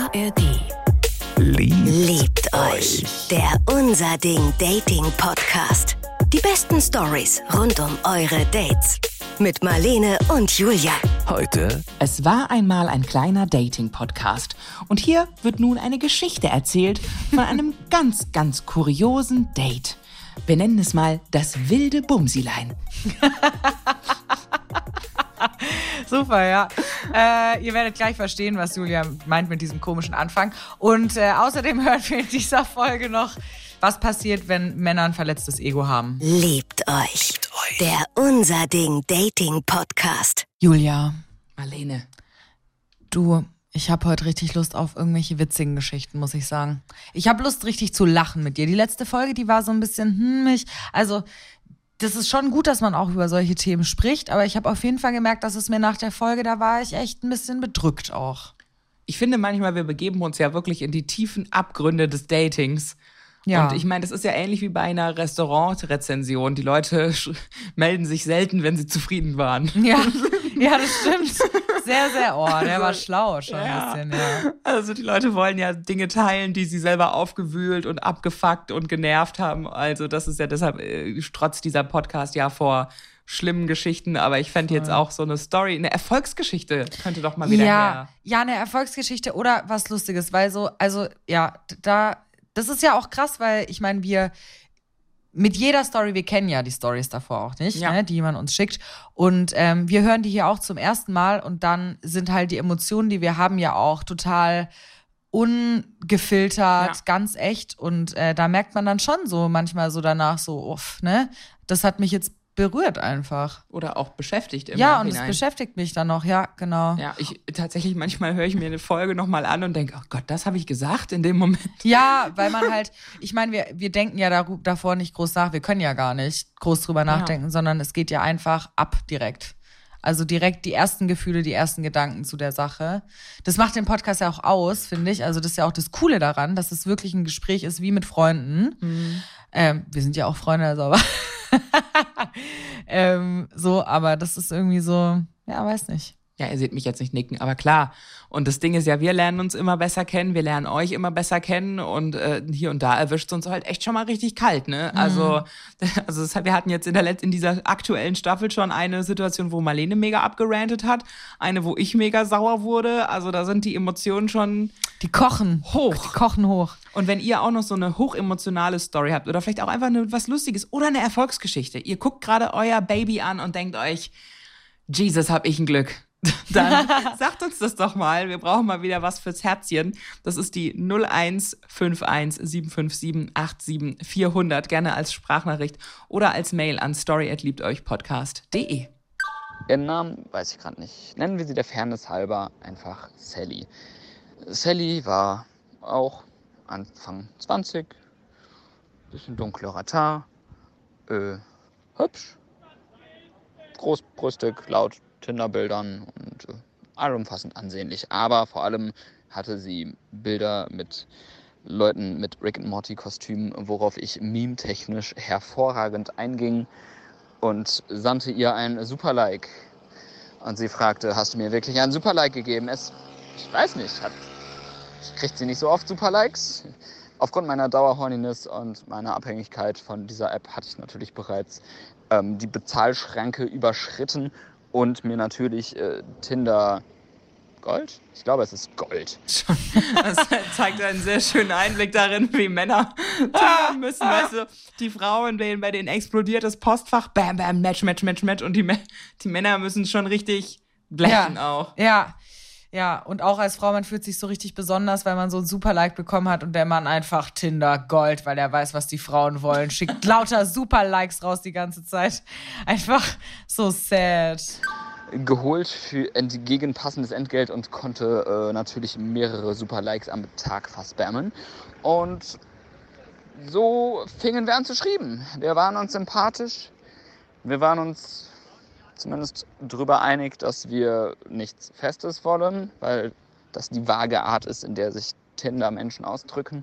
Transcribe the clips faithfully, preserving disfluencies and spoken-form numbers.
A R D. Liebt, Liebt euch. Der Unser Ding Dating Podcast. Die besten Stories rund um eure Dates. Mit Marlene und Julia. Heute Es war einmal ein kleiner Dating-Podcast und hier wird nun eine Geschichte erzählt von einem ganz, ganz kuriosen Date. Wir nennen es mal das wilde Bumsilein. Super, ja. Äh, ihr werdet gleich verstehen, was Julia meint mit diesem komischen Anfang. Und äh, außerdem hören wir in dieser Folge noch, was passiert, wenn Männer ein verletztes Ego haben. Liebt euch. Liebt euch. Der Unser Ding Dating Podcast. Julia, Marlene. du, ich habe heute richtig Lust auf irgendwelche witzigen Geschichten, muss ich sagen. Ich habe Lust, richtig zu lachen mit dir. Die letzte Folge, die war so ein bisschen, hm, ich, also... Das ist schon gut, dass man auch über solche Themen spricht, aber ich habe auf jeden Fall gemerkt, dass es mir nach der Folge, da war ich echt ein bisschen bedrückt auch. Ich finde manchmal, wir begeben uns ja wirklich in die tiefen Abgründe des Datings. Ja. Und ich meine, das ist ja ähnlich wie bei einer Restaurantrezension. Die Leute sch- melden sich selten, wenn sie zufrieden waren. Ja, ja, das stimmt. Sehr, sehr, oh, der war schlau schon Ja. ein bisschen, ja. Also die Leute wollen ja Dinge teilen, die sie selber aufgewühlt und abgefuckt und genervt haben. Also das ist ja deshalb, äh, strotzt dieser Podcast ja vor schlimmen Geschichten. Aber ich fände jetzt auch so eine Story, eine Erfolgsgeschichte könnte doch mal wieder ja, her. ja, eine Erfolgsgeschichte oder was Lustiges, weil so, also ja, da, das ist ja auch krass, weil ich meine, wir mit jeder Story, wir kennen ja die Stories davor auch nicht, Ja. ne, die man uns schickt. Und ähm, wir hören die hier auch zum ersten Mal und dann sind halt die Emotionen, die wir haben, ja auch total ungefiltert, Ja. ganz echt. Und äh, da merkt man dann schon so manchmal so danach so, uff, ne, das hat mich jetzt berührt einfach. Oder auch beschäftigt im Ja, und es Nachhinein. beschäftigt mich dann noch, ja, genau. Ja, ich tatsächlich, manchmal höre ich mir eine Folge nochmal an und denke, oh Gott, das habe ich gesagt in dem Moment. Ja, weil man halt, ich meine, wir, wir denken ja daru- davor nicht groß nach, wir können ja gar nicht groß drüber nachdenken, sondern es geht ja einfach ab direkt. Also direkt die ersten Gefühle, die ersten Gedanken zu der Sache. Das macht den Podcast ja auch aus, finde ich. Also das ist ja auch das Coole daran, dass es wirklich ein Gespräch ist wie mit Freunden. Ähm, wir sind ja auch Freunde, also aber ähm, so, aber das ist irgendwie so, ja, weiß nicht. Ja, ihr seht mich jetzt nicht nicken, aber klar. Und das Ding ist ja, wir lernen uns immer besser kennen, wir lernen euch immer besser kennen und äh, hier und da erwischt es uns halt echt schon mal richtig kalt, ne? Also, also das, wir hatten jetzt in der Let in dieser aktuellen Staffel schon eine Situation, wo Marlene mega abgerantet hat, eine, wo ich mega sauer wurde. Also da sind die Emotionen schon Die kochen hoch. Die kochen hoch. Und wenn ihr auch noch so eine hochemotionale Story habt oder vielleicht auch einfach eine, was Lustiges oder eine Erfolgsgeschichte, ihr guckt gerade euer Baby an und denkt euch, Jesus, hab ich ein Glück. Dann sagt uns das doch mal. Wir brauchen mal wieder was fürs Herzchen. Das ist die null eins fünf eins sieben fünf sieben acht sieben vier null null. Gerne als Sprachnachricht oder als Mail an story at liebteuchpodcast punkt de. Ihren Namen weiß ich gerade nicht. Nennen wir sie der Fairness halber einfach Sally. Sally war auch Anfang zwanzig, bisschen dunklerer Teint, äh, hübsch, großbrüstig, laut Tinderbildern und äh, allumfassend ansehnlich. Aber vor allem hatte sie Bilder mit Leuten mit Rick and Morty Kostümen, worauf ich meme-technisch hervorragend einging und sandte ihr ein Super-Like. Und sie fragte, hast du mir wirklich ein Super-Like gegeben? Es, ich weiß nicht, hat, kriegt sie nicht so oft Super-Likes? Aufgrund meiner Dauerhorniness und meiner Abhängigkeit von dieser App hatte ich natürlich bereits ähm, die Bezahlschranke überschritten und mir natürlich äh, Tinder Gold? Ich glaube, es ist Gold. Das zeigt einen sehr schönen Einblick darin, wie Männer tun müssen. Weißt du, die Frauen, denen, bei denen explodiert das Postfach, bam, bam, Match, Match, Match, Match. Und die, Me- die Männer müssen schon richtig blechen Ja. auch. Ja, ja, und auch als Frau, man fühlt sich so richtig besonders, weil man so ein Super-Like bekommen hat und der Mann einfach Tinder Gold, weil er weiß, was die Frauen wollen, schickt lauter Super-Likes raus die ganze Zeit. Einfach so sad. Geholt für entgegen passendes Entgelt und konnte äh, natürlich mehrere Super-Likes am Tag verspammen. Und so fingen wir an zu schreiben. Wir waren uns sympathisch. Wir waren uns zumindest darüber einig, dass wir nichts Festes wollen, weil das die vage Art ist, in der sich Tinder-Menschen ausdrücken.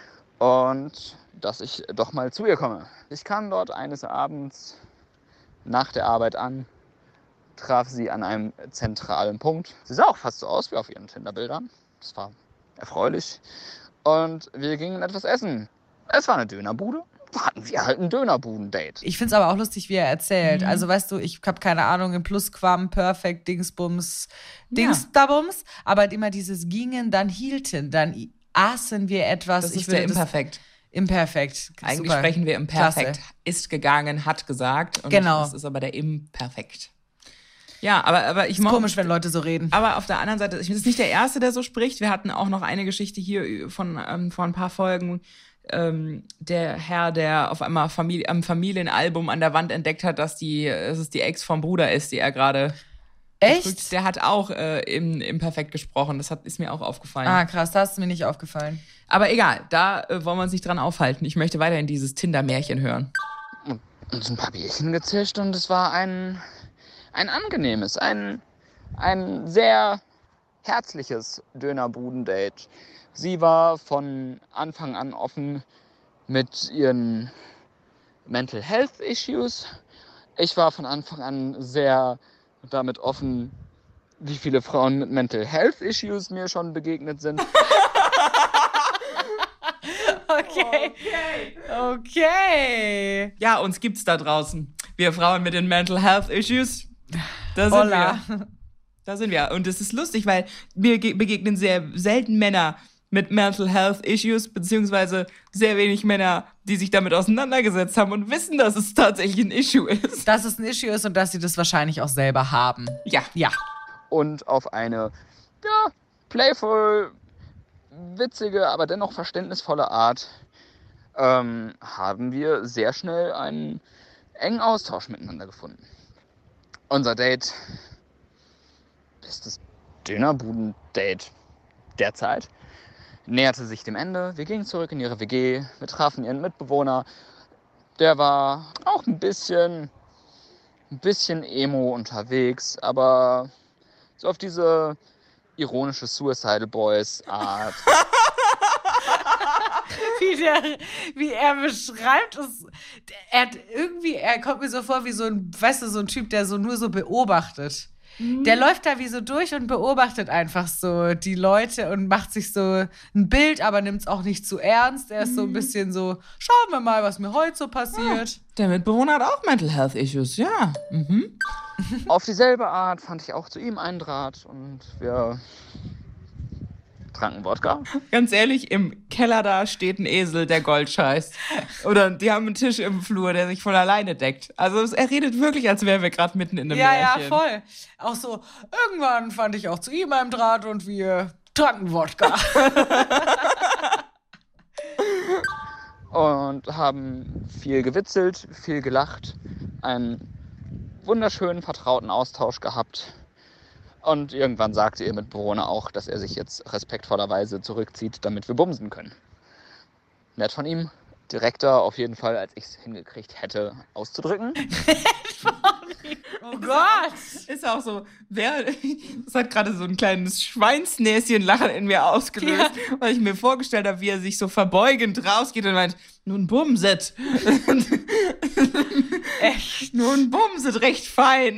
Und dass ich doch mal zu ihr komme. Ich kam dort eines Abends nach der Arbeit an, traf sie an einem zentralen Punkt. Sie sah auch fast so aus wie auf ihren Tinder-Bildern. Das war erfreulich. Und wir gingen etwas essen. Es war eine Dönerbude. Hatten wir halt ein Dönerbuden-Date. Ich find's aber auch lustig, wie er erzählt. Mhm. Also, weißt du, ich habe keine Ahnung, im Plusquam, Perfekt, Dingsbums, Dingsdabums, ja. aber halt immer dieses gingen, dann hielten, dann aßen wir etwas. Das ist ich der Imperfekt. Imperfekt. Eigentlich Super. sprechen wir im Perfekt. Klasse. Ist gegangen, hat gesagt. Und genau. Das ist aber der Imperfekt. Ja, aber, aber ich ist komisch, wenn Leute so reden. Aber auf der anderen Seite, ich bin jetzt nicht der Erste, der so spricht. Wir hatten auch noch eine Geschichte hier von ähm, vor ein paar Folgen. Ähm, der Herr, der auf einmal Familie, am Familienalbum an der Wand entdeckt hat, dass die, dass es die Ex vom Bruder ist, die er gerade. Echt? Drückt. Der hat auch äh, im Imperfekt gesprochen. Das hat, ist mir auch aufgefallen. Ah, krass, das ist mir nicht aufgefallen. Aber egal, da äh, wollen wir uns nicht dran aufhalten. Ich möchte weiterhin dieses Tinder-Märchen hören. Und uns ein paar Bierchen gezischt und es war ein, ein angenehmes, ein, ein sehr herzliches Dönerbuden-Date. Sie war von Anfang an offen mit ihren Mental Health Issues. Ich war von Anfang an sehr damit offen, wie viele Frauen mit Mental Health Issues mir schon begegnet sind. Okay. Okay. Okay. Ja, uns gibt's da draußen. Wir Frauen mit den Mental Health Issues. Da sind Hola. wir. Da sind wir. Und es ist lustig, weil mir begegnen sehr selten Männer mit Mental Health Issues, beziehungsweise sehr wenig Männer, die sich damit auseinandergesetzt haben und wissen, dass es tatsächlich ein Issue ist. Dass es ein Issue ist und dass sie das wahrscheinlich auch selber haben. Ja. Ja. Und auf eine, ja, playful, witzige, aber dennoch verständnisvolle Art ähm, haben wir sehr schnell einen engen Austausch miteinander gefunden. Unser Date, bestes Dönerbuden-Date derzeit, näherte sich dem Ende. Wir gingen zurück in ihre W G, wir trafen ihren Mitbewohner. Der war auch ein bisschen, ein bisschen emo unterwegs, aber so auf diese ironische Suicidal Boys Art. Wie, der, wie er beschreibt, ist, er hat irgendwie, er kommt mir so vor wie so ein, weißt du, so ein Typ, der so nur so beobachtet. Mhm. Der läuft da wie so durch und beobachtet einfach so die Leute und macht sich so ein Bild, aber nimmt es auch nicht zu ernst. Er ist mhm. so ein bisschen so, schauen wir mal, was mir heute so passiert. Ja, der Mitbewohner hat auch Mental Health Issues, ja. Mhm. Auf dieselbe Art fand ich auch zu ihm einen Draht und wir tranken Wodka. Ganz ehrlich, im Keller da steht ein Esel, der Gold scheißt. Oder die haben einen Tisch im Flur, der sich von alleine deckt. Also er redet wirklich, als wären wir gerade mitten in einem ja, Märchen. Ja, voll. Auch so, irgendwann fand ich auch zu ihm einen Draht und wir tranken Wodka. Und haben viel gewitzelt, viel gelacht, einen wunderschönen, vertrauten Austausch gehabt. Und irgendwann sagte ihr Mitbewohner auch, dass er sich jetzt respektvollerweise zurückzieht, damit wir bumsen können. Nett von ihm. Direkter auf jeden Fall, als ich es hingekriegt hätte, auszudrücken. Oh Gott! Ist auch so, wer, das hat gerade so ein kleines Schweinsnäschen-Lachen in mir ausgelöst, ja. Weil ich mir vorgestellt habe, wie er sich so verbeugend rausgeht und meint, nun bumset. Echt? Nun bumset recht fein.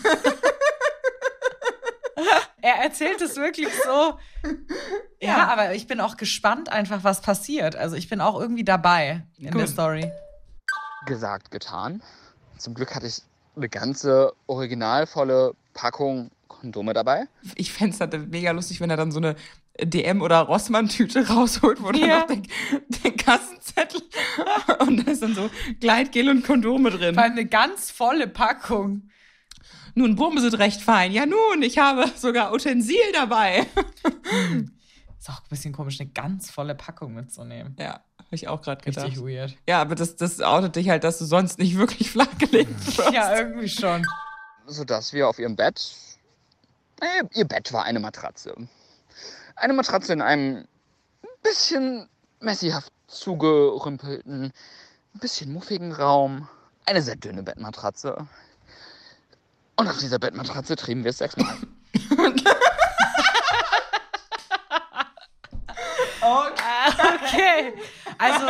Er erzählt es wirklich so. Ja, ja, aber ich bin auch gespannt einfach, was passiert. Also ich bin auch irgendwie dabei in Gut. der Story. Gesagt, getan. Zum Glück hatte ich eine ganze originalvolle Packung Kondome dabei. Ich fände es halt mega lustig, wenn er dann so eine D M- oder Rossmann-Tüte rausholt, wo ja. dann noch den, den Kassenzettel und da ist dann so Gleitgel und Kondome drin. Weil eine ganz volle Packung. Nun, bumset recht fein. Ja nun, ich habe sogar Utensil dabei. Hm. Ist auch ein bisschen komisch, eine ganz volle Packung mitzunehmen. Ja, habe ich auch gerade gedacht. Richtig weird. Ja, aber das, das outet dich halt, dass du sonst nicht wirklich flach gelegt wirst. Ja, irgendwie schon. Sodass wir auf ihrem Bett, naja, ihr Bett war eine Matratze. Eine Matratze in einem bisschen messihaft zugerümpelten, ein bisschen muffigen Raum. Eine sehr dünne Bettmatratze. Und auf dieser Bettmatratze trieben wir es sechsmal. Okay. Also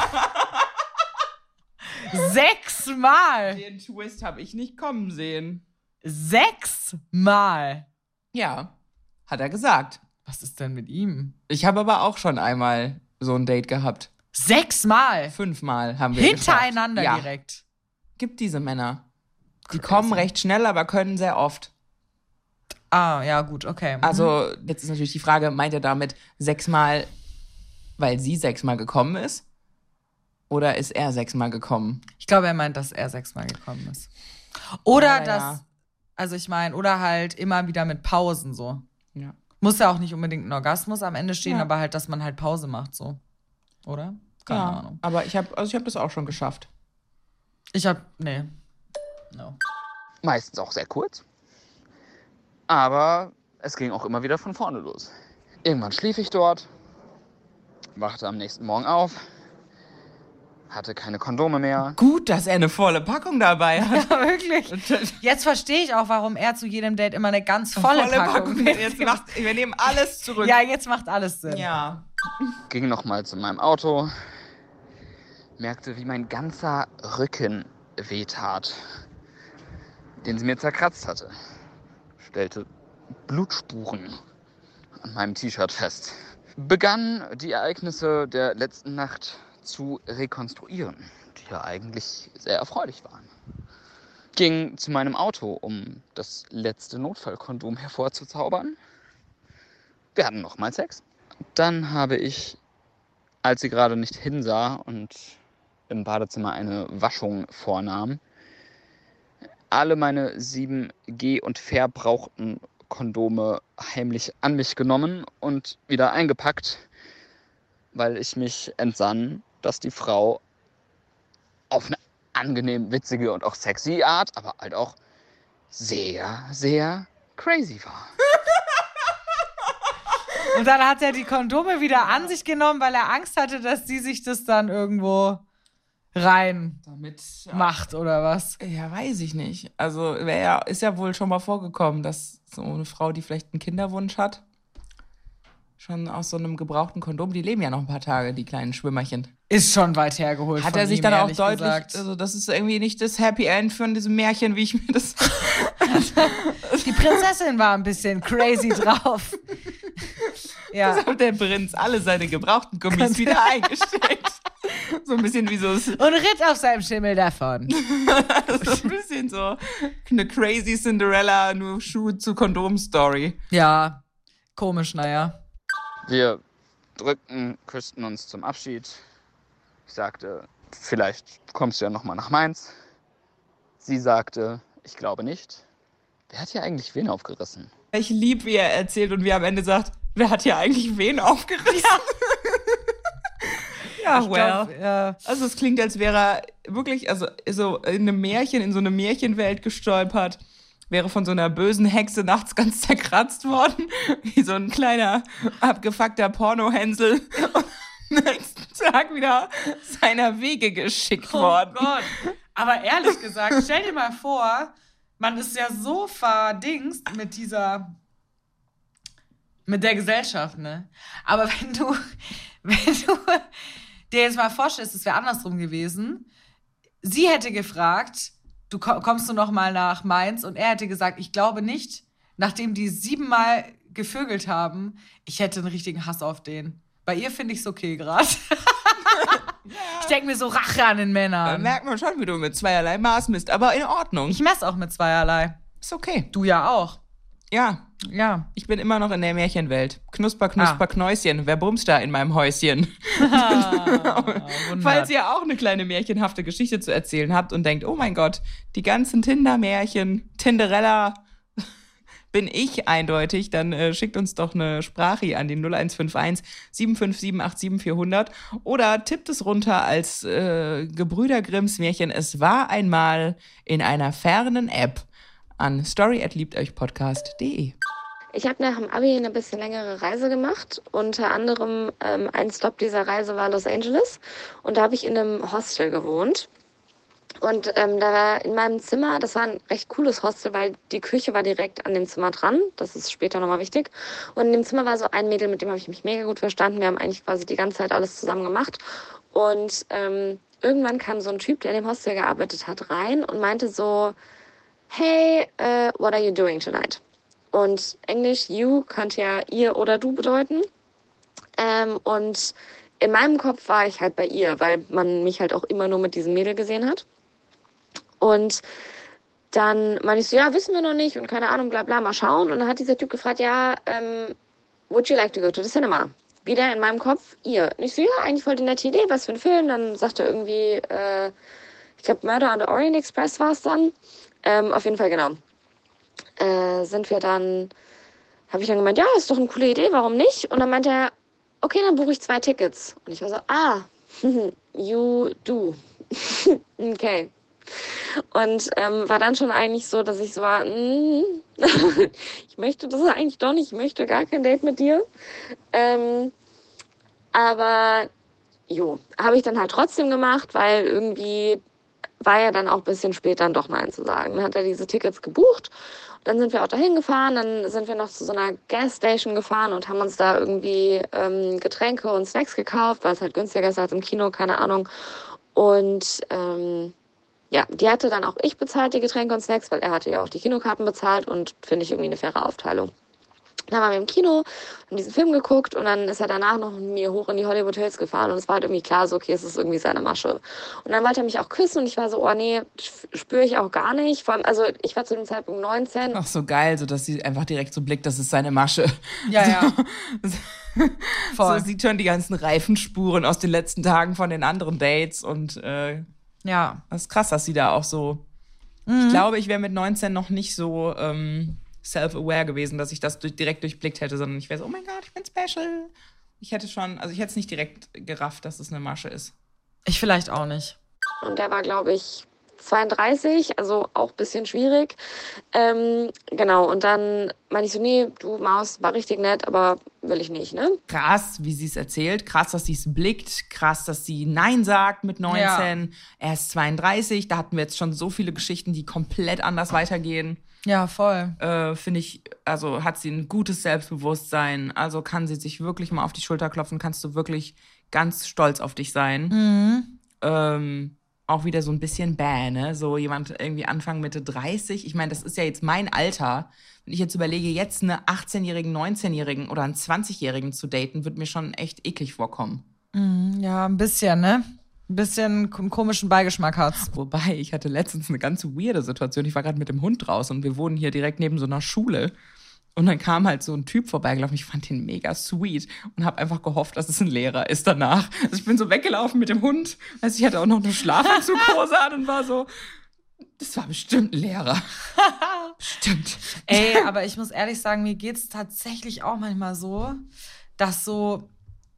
sechsmal. Den Twist habe ich nicht kommen sehen. Sechsmal. Ja, hat er gesagt. Was ist denn mit ihm? Ich habe aber auch schon einmal so ein Date gehabt. Sechsmal? Fünfmal haben wir Hintereinander geschafft. direkt. Ja. Gibt diese Männer. Die Crazy. kommen recht schnell, aber können sehr oft. Ah, ja, gut, okay. Mhm. Also, jetzt ist natürlich die Frage, meint er damit sechsmal, weil sie sechsmal gekommen ist? Oder ist er sechsmal gekommen? Ich glaube, er meint, dass er sechsmal gekommen ist. Oder Ja, dass, ja. also ich meine, oder halt immer wieder mit Pausen so. Ja. Muss ja auch nicht unbedingt ein Orgasmus am Ende stehen, Ja. aber halt, dass man halt Pause macht so. Oder? Keine ja, Ahnung. aber ich habe also ich hab das auch schon geschafft. Ich hab, nee. No. Meistens auch sehr kurz. Aber es ging auch immer wieder von vorne los. Irgendwann schlief ich dort, wachte am nächsten Morgen auf, hatte keine Kondome mehr. Gut, dass er eine volle Packung dabei hat. Ja, wirklich. Jetzt verstehe ich auch, warum er zu jedem Date immer eine ganz volle, Packung Jetzt mitnimmt. macht, wir nehmen alles zurück. Ja, jetzt macht alles Sinn. Ja. Ging nochmal zu meinem Auto, merkte, wie mein ganzer Rücken wehtat, den sie mir zerkratzt hatte. Stellte Blutspuren an meinem T-Shirt fest. Begann die Ereignisse der letzten Nacht zu rekonstruieren, die ja eigentlich sehr erfreulich waren. Ging zu meinem Auto, um das letzte Notfallkondom hervorzuzaubern. Wir hatten nochmal Sex. Dann habe ich, als sie gerade nicht hinsah und im Badezimmer eine Waschung vornahm, alle meine sieben Geh- und verbrauchten Kondome heimlich an mich genommen und wieder eingepackt, weil ich mich entsann, dass die Frau auf eine angenehm witzige und auch sexy Art, aber halt auch sehr, sehr crazy war. Und dann hat er die Kondome wieder an sich genommen, weil er Angst hatte, dass sie sich das dann irgendwo rein Damit ja, macht oder was. ja, weiß ich nicht. Also wär ja, ist ja wohl schon mal vorgekommen, dass so eine Frau, die vielleicht einen Kinderwunsch hat, schon aus so einem gebrauchten Kondom, die leben ja noch ein paar Tage, die kleinen Schwimmerchen. Ist schon weit hergeholt. Hat von er sich ihm, dann auch ehrlich deutlich, gesagt. also das ist irgendwie nicht das Happy End von diesem Märchen, wie ich mir das... Die Prinzessin war ein bisschen crazy drauf. Ja. Das hat der Prinz alle seine gebrauchten Gummis wieder eingesteckt. So ein bisschen wie so, so Und ritt auf seinem Schimmel davon. ein bisschen so eine crazy Cinderella, nur Schuh zu Kondom-Story. Ja, komisch, naja. Wir drückten, küssten uns zum Abschied. Ich sagte, vielleicht kommst du ja nochmal nach Mainz. Sie sagte, ich glaube nicht. Wer hat hier eigentlich wen aufgerissen? Ich lieb, wie er erzählt und wie er am Ende sagt, wer hat hier eigentlich wen aufgerissen? Ja, Ich well. glaub, ja. Also es klingt, als wäre er wirklich, also so in einem Märchen, in so eine Märchenwelt gestolpert, wäre von so einer bösen Hexe nachts ganz zerkratzt worden, wie so ein kleiner, abgefuckter Pornohänsel und am nächsten Tag wieder seiner Wege geschickt worden. Oh Gott. Aber ehrlich gesagt, stell dir mal vor, man ist ja so verdingst mit dieser, mit der Gesellschaft, ne? Aber wenn du, wenn du dir jetzt mal vorstellst, es wäre andersrum gewesen, sie hätte gefragt, du kommst du noch mal nach Mainz, und er hätte gesagt, ich glaube nicht, nachdem die siebenmal gevögelt haben, ich hätte einen richtigen Hass auf den. Bei ihr finde ich es okay gerade. Ich denke mir so Rache an den Da Männern. merkt man schon, wie du mit zweierlei Maß misst, aber in Ordnung. Ich messe auch mit zweierlei. Ist okay. Du ja auch. Ja, Ja. ich bin immer noch in der Märchenwelt. Knusper, knusper, Ah. Knäuschen. Wer bumst da in meinem Häuschen? Falls ihr auch eine kleine märchenhafte Geschichte zu erzählen habt und denkt, oh mein Gott, die ganzen Tinder-Märchen, Tinderella, bin ich eindeutig, dann äh, schickt uns doch eine Sprache an die null eins fünf eins sieben fünf sieben acht sieben vier null null oder tippt es runter als äh, Gebrüder Grimms Märchen Es war einmal in einer fernen App an story at liebteuchpodcast punkt de. Ich habe nach dem Abi eine bisschen längere Reise gemacht. Unter anderem ähm, ein Stop dieser Reise war Los Angeles. Und da habe ich in einem Hostel gewohnt. Und ähm, da war in meinem Zimmer, das war ein recht cooles Hostel, weil die Küche war direkt an dem Zimmer dran. Das ist später nochmal wichtig. Und in dem Zimmer war so ein Mädel, mit dem habe ich mich mega gut verstanden. Wir haben eigentlich quasi die ganze Zeit alles zusammen gemacht. Und ähm, irgendwann kam so ein Typ, der in dem Hostel gearbeitet hat, rein und meinte so, hey, uh, what are you doing tonight? Und Englisch, you, könnte ja ihr oder du bedeuten. Ähm, und in meinem Kopf war ich halt bei ihr, weil man mich halt auch immer nur mit diesem Mädel gesehen hat. Und dann meinte ich so, ja, wissen wir noch nicht und keine Ahnung, bla bla, mal schauen. Und dann hat dieser Typ gefragt, ja, ähm, would you like to go to the cinema? Wieder in meinem Kopf, ihr. Und ich so, ja, eigentlich voll die nette Idee, was für ein Film. Dann sagte er irgendwie, äh, ich glaube, Murder on the Orient Express war es dann. Ähm, auf jeden Fall, genau. Äh, sind wir dann, habe ich dann gemeint, ja, ist doch eine coole Idee, warum nicht? Und dann meinte er, okay, dann buche ich zwei Tickets. Und ich war so, ah, you do. Okay. Und ähm, war dann schon eigentlich so, dass ich so war, mm, ich möchte das eigentlich doch nicht, ich möchte gar kein Date mit dir. Ähm, aber jo, habe ich dann halt trotzdem gemacht, weil irgendwie war ja dann auch ein bisschen spät dann doch Nein zu sagen. Dann hat er diese Tickets gebucht. Dann sind wir auch dahin gefahren, dann sind wir noch zu so einer Gasstation gefahren und haben uns da irgendwie ähm, Getränke und Snacks gekauft, weil es halt günstiger ist als im Kino, keine Ahnung. Und ähm, ja, die hatte dann auch ich bezahlt, die Getränke und Snacks, weil er hatte ja auch die Kinokarten bezahlt und finde ich irgendwie eine faire Aufteilung. Dann waren wir im Kino, haben diesen Film geguckt und dann ist er danach noch mit mir hoch in die Hollywood Hills gefahren und es war halt irgendwie klar, so okay, es ist irgendwie seine Masche. Und dann wollte er mich auch küssen und ich war so, oh nee, spüre ich auch gar nicht. Vor allem, also ich war zu dem Zeitpunkt neunzehn. Ach, so geil, so dass sie einfach direkt so blickt, das ist seine Masche. Ja, ja. So, Voll. so sieht schon die ganzen Reifenspuren aus den letzten Tagen von den anderen Dates und äh, Ja. das ist krass, dass sie da auch so, Mhm. ich glaube, ich wäre mit neunzehn noch nicht so ähm, self-aware gewesen, dass ich das durch, direkt durchblickt hätte, sondern ich wäre so, oh mein Gott, ich bin special. Ich hätte schon, also ich hätte es nicht direkt gerafft, dass es eine Masche ist. Ich vielleicht auch nicht. Und der war, glaube ich, zweiunddreißig, also auch ein bisschen schwierig. Ähm, genau, und dann meinte ich so, nee, du Maus, war richtig nett, aber will ich nicht, ne? Krass, wie sie es erzählt, krass, dass sie es blickt, krass, dass sie Nein sagt mit neunzehn. Er ist zweiunddreißig, da hatten wir jetzt schon so viele Geschichten, die komplett anders weitergehen. Ja, voll. Äh, finde ich, also hat sie ein gutes Selbstbewusstsein, also kann sie sich wirklich mal auf die Schulter klopfen, kannst du wirklich ganz stolz auf dich sein. Mhm. Ähm, auch wieder so ein bisschen bäh, ne? So jemand irgendwie Anfang, Mitte dreißig. Ich meine, das ist ja jetzt mein Alter. Wenn ich jetzt überlege, jetzt eine achtzehnjährigen, neunzehnjährigen oder einen zwanzigjährigen zu daten, wird mir schon echt eklig vorkommen. Mhm, ja, ein bisschen, ne? Ein bisschen einen komischen Beigeschmack hat's. Wobei, ich hatte letztens eine ganz weirde Situation. Ich war gerade mit dem Hund draußen und wir wohnen hier direkt neben so einer Schule. Und dann kam halt so ein Typ vorbeigelaufen. Ich fand den mega sweet und habe einfach gehofft, dass es ein Lehrer ist danach. Also ich bin so weggelaufen mit dem Hund. Also ich hatte auch noch eine Schlafanzughose an und war so, das war bestimmt ein Lehrer. Bestimmt. Ey, aber ich muss ehrlich sagen, mir geht's tatsächlich auch manchmal so, dass so,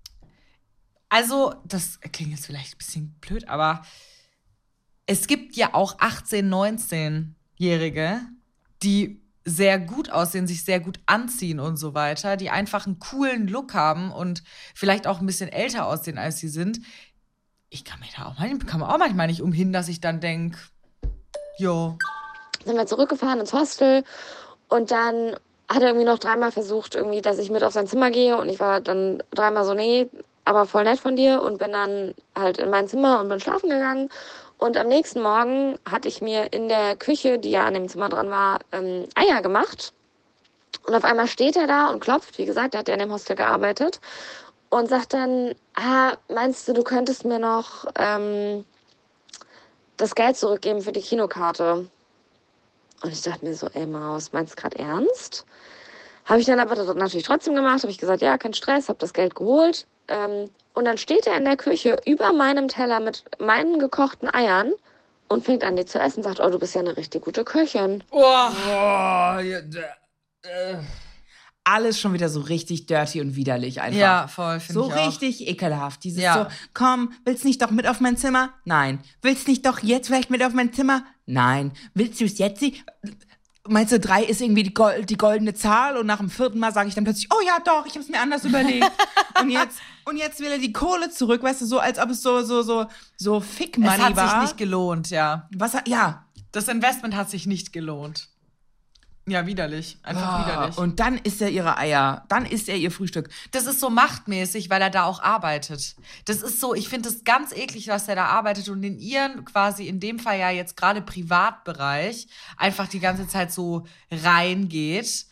also, das klingt jetzt vielleicht ein bisschen blöd, aber es gibt ja auch achtzehn-, neunzehnjährige, die sehr gut aussehen, sich sehr gut anziehen und so weiter, die einfach einen coolen Look haben und vielleicht auch ein bisschen älter aussehen, als sie sind. Ich kann mir da auch manchmal, kann man auch manchmal nicht umhin, dass ich dann denke, jo. Sind wir zurückgefahren ins Hostel und dann hat er irgendwie noch dreimal versucht, irgendwie, dass ich mit auf sein Zimmer gehe und ich war dann dreimal so, nee, aber voll nett von dir und bin dann halt in mein Zimmer und bin schlafen gegangen. Und am nächsten Morgen hatte ich mir in der Küche, die ja an dem Zimmer dran war, ähm, Eier gemacht. Und auf einmal steht er da und klopft. Wie gesagt, er hat ja in dem Hostel gearbeitet. Und sagt dann, ah, meinst du, du könntest mir noch ähm, das Geld zurückgeben für die Kinokarte? Und ich dachte mir so, ey Maus, meinst du gerade ernst? Habe ich dann aber natürlich trotzdem gemacht. Habe ich gesagt, ja, kein Stress, habe das Geld geholt. Ähm, und dann steht er in der Küche über meinem Teller mit meinen gekochten Eiern und fängt an, die zu essen. Sagt, oh, du bist ja eine richtig gute Köchin. Oh, ja, äh. Alles schon wieder so richtig dirty und widerlich einfach. Ja, voll, finde so ich auch. So richtig ekelhaft. Dieses Ja. so, komm, willst nicht doch mit auf mein Zimmer? Nein. Willst nicht doch jetzt vielleicht mit auf mein Zimmer? Nein. Willst du es jetzt? Meinst du, drei ist irgendwie die, Gold, die goldene Zahl und nach dem vierten Mal sage ich dann plötzlich, oh ja, doch, ich habe es mir anders überlegt. und jetzt und jetzt will er die Kohle zurück, weißt du, so als ob es so so so so Fick-Money Es hat war. sich nicht gelohnt, ja. Was er- ja. Das Investment hat sich nicht gelohnt. Ja, widerlich. Einfach Ah, widerlich. und dann isst er ihre Eier, dann isst er ihr Frühstück. Das ist so machtmäßig, weil er da auch arbeitet. Das ist so, ich finde das ganz eklig, was er da arbeitet und in ihren quasi, in dem Fall ja jetzt gerade Privatbereich, einfach die ganze Zeit so reingeht.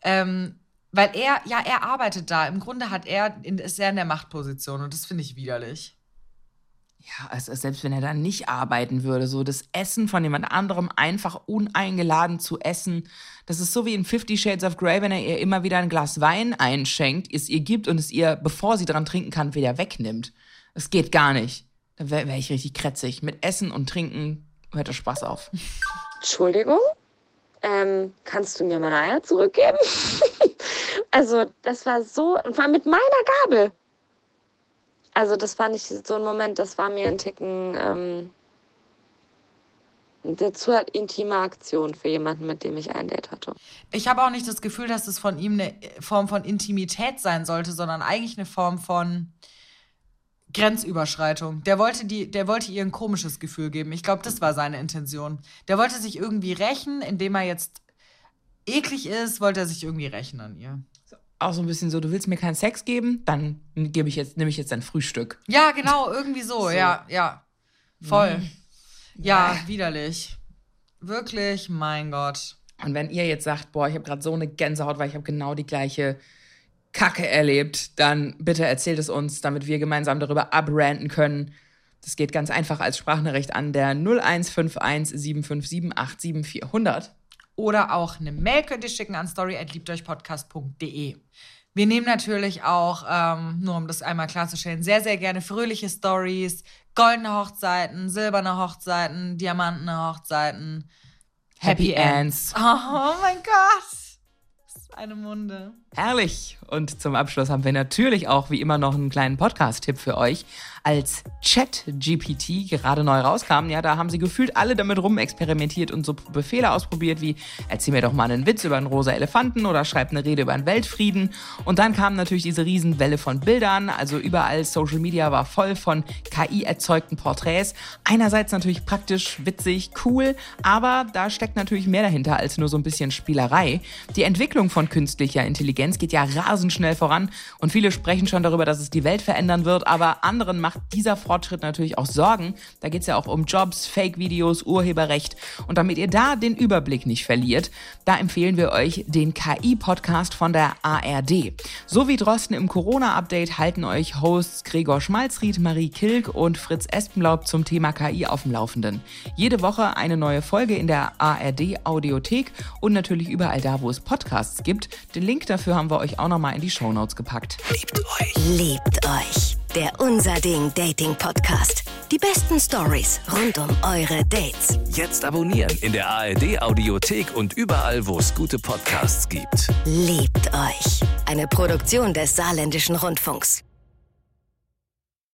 Ähm, weil er, ja, er arbeitet da. Im Grunde hat er, ist er in der Machtposition und das finde ich widerlich. Ja, also selbst wenn er da nicht arbeiten würde, so das Essen von jemand anderem einfach uneingeladen zu essen, das ist so wie in Fifty Shades of Grey, wenn er ihr immer wieder ein Glas Wein einschenkt, es ihr gibt und es ihr, bevor sie dran trinken kann, wieder wegnimmt. Das geht gar nicht. Da wäre wär ich richtig krätzig. Mit Essen und Trinken hört der Spaß auf. Entschuldigung, ähm, kannst du mir meine Eier zurückgeben? Also das war so, und war mit meiner Gabel. Also das fand ich so ein Moment, das war mir ein Ticken ähm, eine zu intime Aktion für jemanden, mit dem ich ein Date hatte. Ich habe auch nicht das Gefühl, dass es von ihm eine Form von Intimität sein sollte, sondern eigentlich eine Form von Grenzüberschreitung. Der wollte, die, der wollte ihr ein komisches Gefühl geben. Ich glaube, das war seine Intention. Der wollte sich irgendwie rächen, indem er jetzt eklig ist, wollte er sich irgendwie rächen an ihr. Auch so ein bisschen so, du willst mir keinen Sex geben, dann gebe ich jetzt, nehme ich jetzt dein Frühstück. Ja, genau, irgendwie so, so. ja, ja. Voll. Mhm. Ja, ja, widerlich. Wirklich, mein Gott. Und wenn ihr jetzt sagt, boah, ich habe gerade so eine Gänsehaut, weil ich habe genau die gleiche Kacke erlebt, dann bitte erzählt es uns, damit wir gemeinsam darüber abranten können. Das geht ganz einfach als Sprachnachricht an der null eins fünf eins sieben fünf sieben acht sieben vier null null. Oder auch eine Mail könnt ihr schicken an story at liebteuchpodcast punkt de. Wir nehmen natürlich auch, ähm, nur um das einmal klarzustellen, sehr, sehr gerne fröhliche Stories, goldene Hochzeiten, silberne Hochzeiten, diamantene Hochzeiten, Happy, Happy Ends. Ends. Oh mein Gott, das ist eine Munde. Herrlich. Und zum Abschluss haben wir natürlich auch wie immer noch einen kleinen Podcast-Tipp für euch. Als ChatGPT gerade neu rauskam, ja, da haben sie gefühlt alle damit rumexperimentiert und so Befehle ausprobiert wie erzähl mir doch mal einen Witz über einen rosa Elefanten oder schreib eine Rede über den Weltfrieden. Und dann kam natürlich diese Riesenwelle von Bildern, also überall Social Media war voll von K I-erzeugten Porträts. Einerseits natürlich praktisch, witzig, cool, aber da steckt natürlich mehr dahinter als nur so ein bisschen Spielerei. Die Entwicklung von künstlicher Intelligenz geht ja rasend schnell voran und viele sprechen schon darüber, dass es die Welt verändern wird, aber anderen macht dieser Fortschritt natürlich auch Sorgen. Da geht es ja auch um Jobs, Fake-Videos, Urheberrecht. Und damit ihr da den Überblick nicht verliert, da empfehlen wir euch den K I-Podcast von der A R D. So wie Drosten im Corona-Update halten euch Hosts Gregor Schmalzried, Marie Kilk und Fritz Espenlaub zum Thema K I auf dem Laufenden. Jede Woche eine neue Folge in der A R D-Audiothek und natürlich überall da, wo es Podcasts gibt. Den Link dafür haben wir euch auch nochmal in die Shownotes gepackt. Liebt euch. Liebt euch. Der Unser Ding Dating Podcast. Die besten Stories rund um eure Dates. Jetzt abonnieren in der A R D-Audiothek und überall, wo es gute Podcasts gibt. Liebt euch. Eine Produktion des Saarländischen Rundfunks.